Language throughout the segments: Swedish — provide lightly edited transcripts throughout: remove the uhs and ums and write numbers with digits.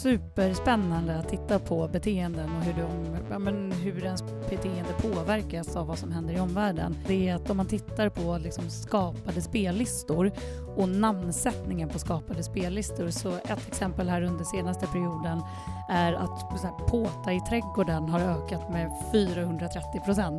superspännande att titta på beteenden och hur ens beteende påverkas av vad som händer i omvärlden. Det är att om man tittar på liksom skapade spellistor och namnsättningen på skapade spellistor, så ett exempel här under senaste perioden är att så här, påta i trädgården har ökat med 430%.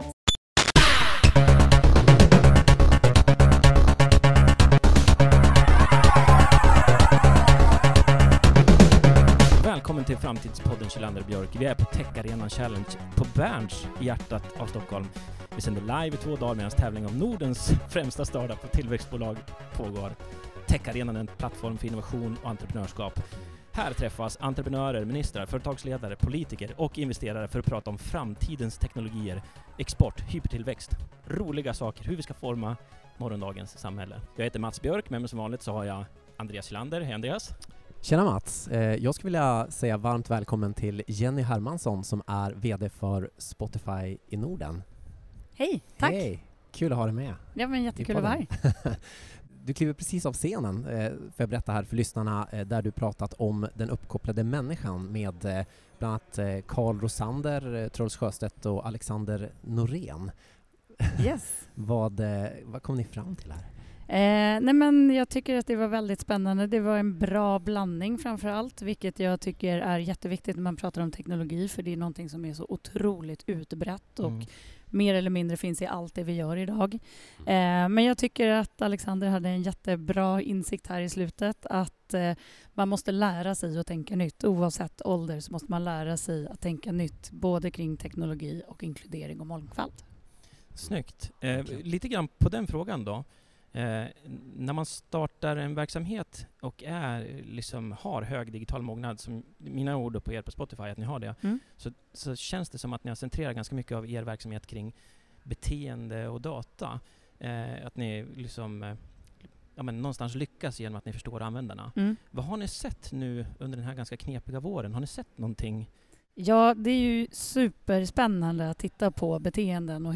Välkommen till Framtidspodden Kjellander och Björk. Vi är på Tech Arena Challenge på Berns i hjärtat av Stockholm. Vi sänder live i 2 dagar medan tävling av Nordens främsta startup och tillväxtbolag pågår. Tech Arena är en plattform för innovation och entreprenörskap. Här träffas entreprenörer, ministrar, företagsledare, politiker och investerare för att prata om framtidens teknologier, export, hypertillväxt, roliga saker, hur vi ska forma morgondagens samhälle. Jag heter Mats Björk, men som vanligt så har jag Andreas Kjellander. Hej Andreas! Tjena Mats! Jag skulle vilja säga varmt välkommen till Jenny Hermansson som är vd för Spotify i Norden. Hej, tack! Hej! Kul att ha dig med. Ja, men jättekul att vara här. Du kliver precis av scenen, för jag berätta här för lyssnarna, där du pratat om den uppkopplade människan med bland annat Carl Rosander, Troels Sjöstedt och Alexander Norén. Yes. Vad kom ni fram till här? Nej, men jag tycker att det var väldigt spännande. Det var en bra blandning framför allt, vilket jag tycker är jätteviktigt när man pratar om teknologi, för det är någonting som är så otroligt utbrett och mer eller mindre finns i allt det vi gör idag. Men jag tycker att Alexander hade en jättebra insikt här i slutet, att man måste lära sig att tänka nytt. Oavsett ålder så måste man lära sig att tänka nytt, både kring teknologi och inkludering och mångfald. Snyggt. Lite grann på den frågan då. När man startar en verksamhet och har hög digital mognad, som mina ord på er på Spotify att ni har det, så känns det som att ni har centrerat ganska mycket av er verksamhet kring beteende och data. Att ni någonstans lyckas genom att ni förstår användarna. Vad har ni sett nu under den här ganska knepiga våren? Har ni sett någonting? Ja, det är ju superspännande att titta på beteenden och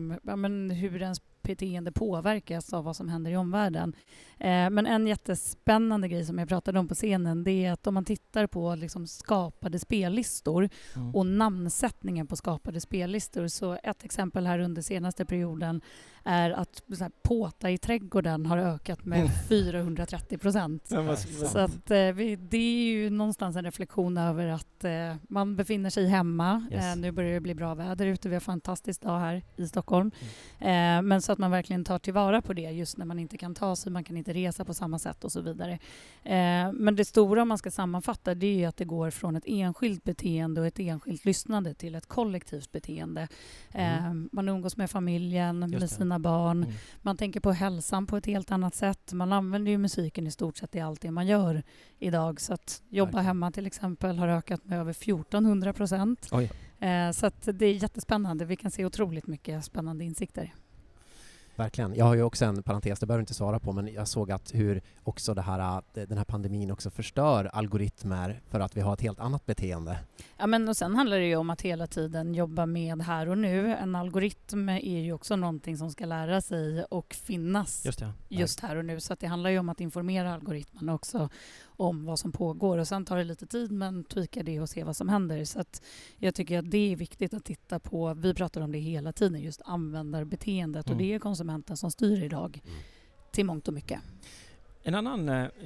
hur ens beteende påverkas av vad som händer i omvärlden. Men en jättespännande grej som jag pratade om på scenen, det är att om man tittar på liksom skapade spellistor och namnsättningen på skapade spellistor, så ett exempel här under senaste perioden är att så här, påta i trädgården har ökat med 430%. Så att, det är ju någonstans en reflektion över att man befinner sig hemma. Yes. Nu börjar det bli bra väder ute. Vi har en fantastisk dag här i Stockholm. Men så att man verkligen tar tillvara på det just när man inte kan ta sig, man kan inte resa på samma sätt och så vidare. Men det stora, om man ska sammanfatta, det är ju att det går från ett enskilt beteende och ett enskilt lyssnande till ett kollektivt beteende. Man umgås med familjen, med sina barn. Man tänker på hälsan på ett helt annat sätt. Man använder ju musiken i stort sett i allt det man gör idag. Så att jobba hemma till exempel har ökat med över 1400%. Så att det är jättespännande. Vi kan se otroligt mycket spännande insikter. Verkligen. Jag har ju också en parentes, det behöver inte svara på, men jag såg att hur också den här pandemin också förstör algoritmer för att vi har ett helt annat beteende. Ja, men och sen handlar det ju om att hela tiden jobba med här och nu. En algoritm är ju också någonting som ska lära sig och finnas just här och nu. Så att det handlar ju om att informera algoritmerna också om vad som pågår. Och sen tar det lite tid, men tweaka det och se vad som händer. Så att jag tycker att det är viktigt att titta på. Vi pratar om det hela tiden, just användarbeteendet. Och det är konsumenten som styr idag till mångt och mycket. En annan,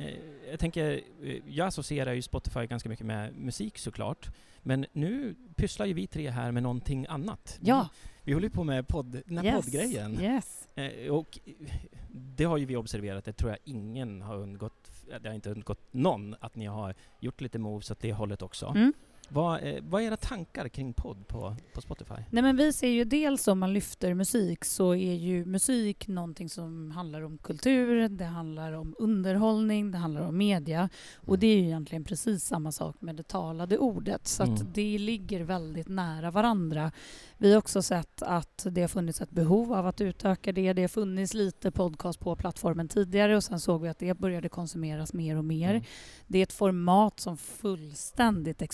jag associerar ju Spotify ganska mycket med musik såklart. Men nu pysslar ju vi 3 här med någonting annat. Ja. Vi håller på med poddgrejen. Yes. Och det har ju vi observerat. Det tror jag ingen har det har inte undgått någon att ni har gjort lite moves åt det hållet också. Vad är era tankar kring podd på Spotify? Nej, men vi ser ju dels om man lyfter musik, så är ju musik någonting som handlar om kultur, det handlar om underhållning, det handlar om media. Och det är ju egentligen precis samma sak med det talade ordet. Så att det ligger väldigt nära varandra. Vi har också sett att det har funnits ett behov av att utöka det. Det har funnits lite podcast på plattformen tidigare och sen såg vi att det började konsumeras mer och mer. Det är ett format som fullständigt exploderar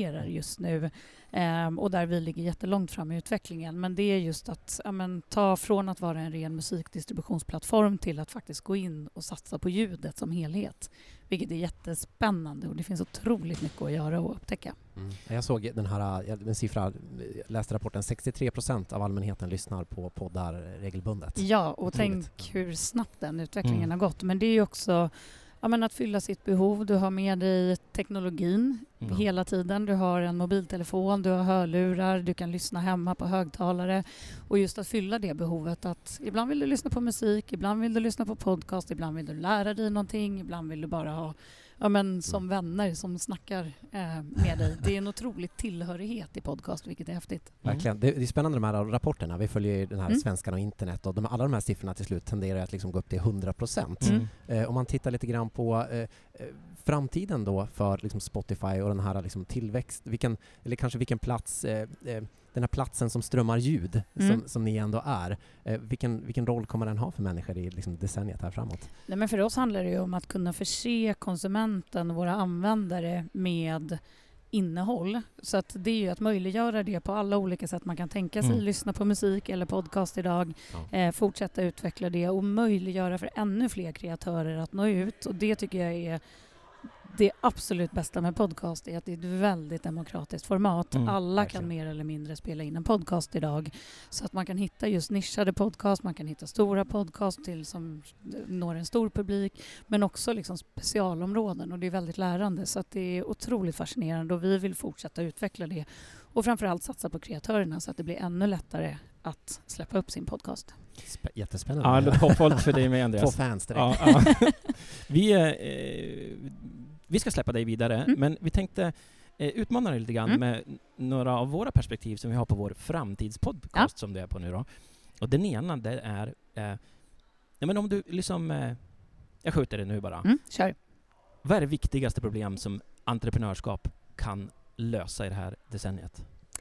fungerar just nu. Och där vi ligger jättelångt fram i utvecklingen. Men det är just att ta från att vara en ren musikdistributionsplattform till att faktiskt gå in och satsa på ljudet som helhet. Vilket är jättespännande och det finns otroligt mycket att göra och upptäcka. Jag såg en siffra, läste rapporten, 63% av allmänheten lyssnar på poddar regelbundet. Ja, och tänk hur snabbt den utvecklingen har gått. Men det är ju också att fylla sitt behov. Du har med dig teknologin hela tiden. Du har en mobiltelefon, du har hörlurar, du kan lyssna hemma på högtalare. Och just att fylla det behovet att ibland vill du lyssna på musik, ibland vill du lyssna på podcast, ibland vill du lära dig någonting, ibland vill du bara ha som vänner som snackar med dig. Det är en otrolig tillhörighet i podcast, vilket är häftigt. Verkligen. Det är spännande de här rapporterna. Vi följer ju den här Svenskan och internet och alla de här siffrorna till slut tenderar att liksom gå upp till 100%. Om man tittar lite grann på framtiden då för liksom Spotify och den här liksom tillväxt, vilken plats den här platsen som strömmar ljud som ni ändå är. Vilken roll kommer den ha för människor i liksom decenniet här framåt? Nej, men för oss handlar det ju om att kunna förse konsumenten och våra användare med innehåll. Så att det är ju att möjliggöra det på alla olika sätt man kan tänka sig. Lyssna på musik eller podcast idag. Fortsätta utveckla det och möjliggöra för ännu fler kreatörer att nå ut. Och det tycker jag är det absolut bästa med podcast är att det är ett väldigt demokratiskt format. Alla verkligen. kan mer eller mindre spela in en podcast idag. Så att man kan hitta just nischade podcast, man kan hitta stora podcast som når en stor publik. Men också liksom specialområden och det är väldigt lärande. Så att det är otroligt fascinerande och vi vill fortsätta utveckla det. Och framförallt satsa på kreatörerna så att det blir ännu lättare att släppa upp sin podcast. Jättespännande. Ja, det är toppvolt för dig med, Andreas. Få fans direkt. Vi ska släppa dig vidare, men vi tänkte utmana dig lite grann med några av våra perspektiv som vi har på vår framtidspodcast som du är på nu då. Och den ena, det är men om du liksom jag skjuter det nu bara. Kör. Vad är det viktigaste problem som entreprenörskap kan lösa i det här decenniet?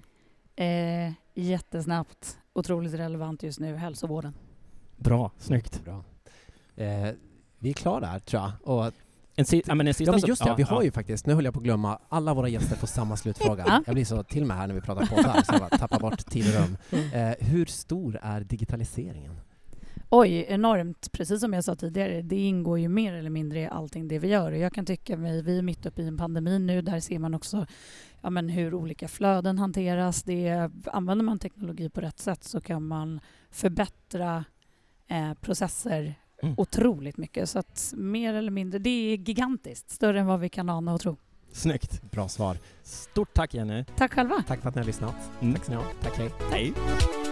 Jättesnabbt. Otroligt relevant just nu, hälsovården. Bra, snyggt. Bra. Vi är klara där, tror jag. Och en sista just det, vi har ju faktiskt, nu höll jag på att glömma, alla våra gäster får samma slutfråga. Jag blir så till mig här när vi pratar poddar, så jag tappar bort tid och rum. Hur stor är digitaliseringen? Oj, enormt. Precis som jag sa tidigare, det ingår ju mer eller mindre i allting det vi gör. Och jag kan tycka vi är mitt uppe i en pandemi nu, där ser man också hur olika flöden hanteras. Använder man teknologi på rätt sätt så kan man förbättra processer otroligt mycket. Så att mer eller mindre, det är gigantiskt. Större än vad vi kan ana och tro. Snyggt. Bra svar. Stort tack, Jenny. Tack själva. Tack för att ni har lyssnat. Tack så mycket. Tack, hej. Hej.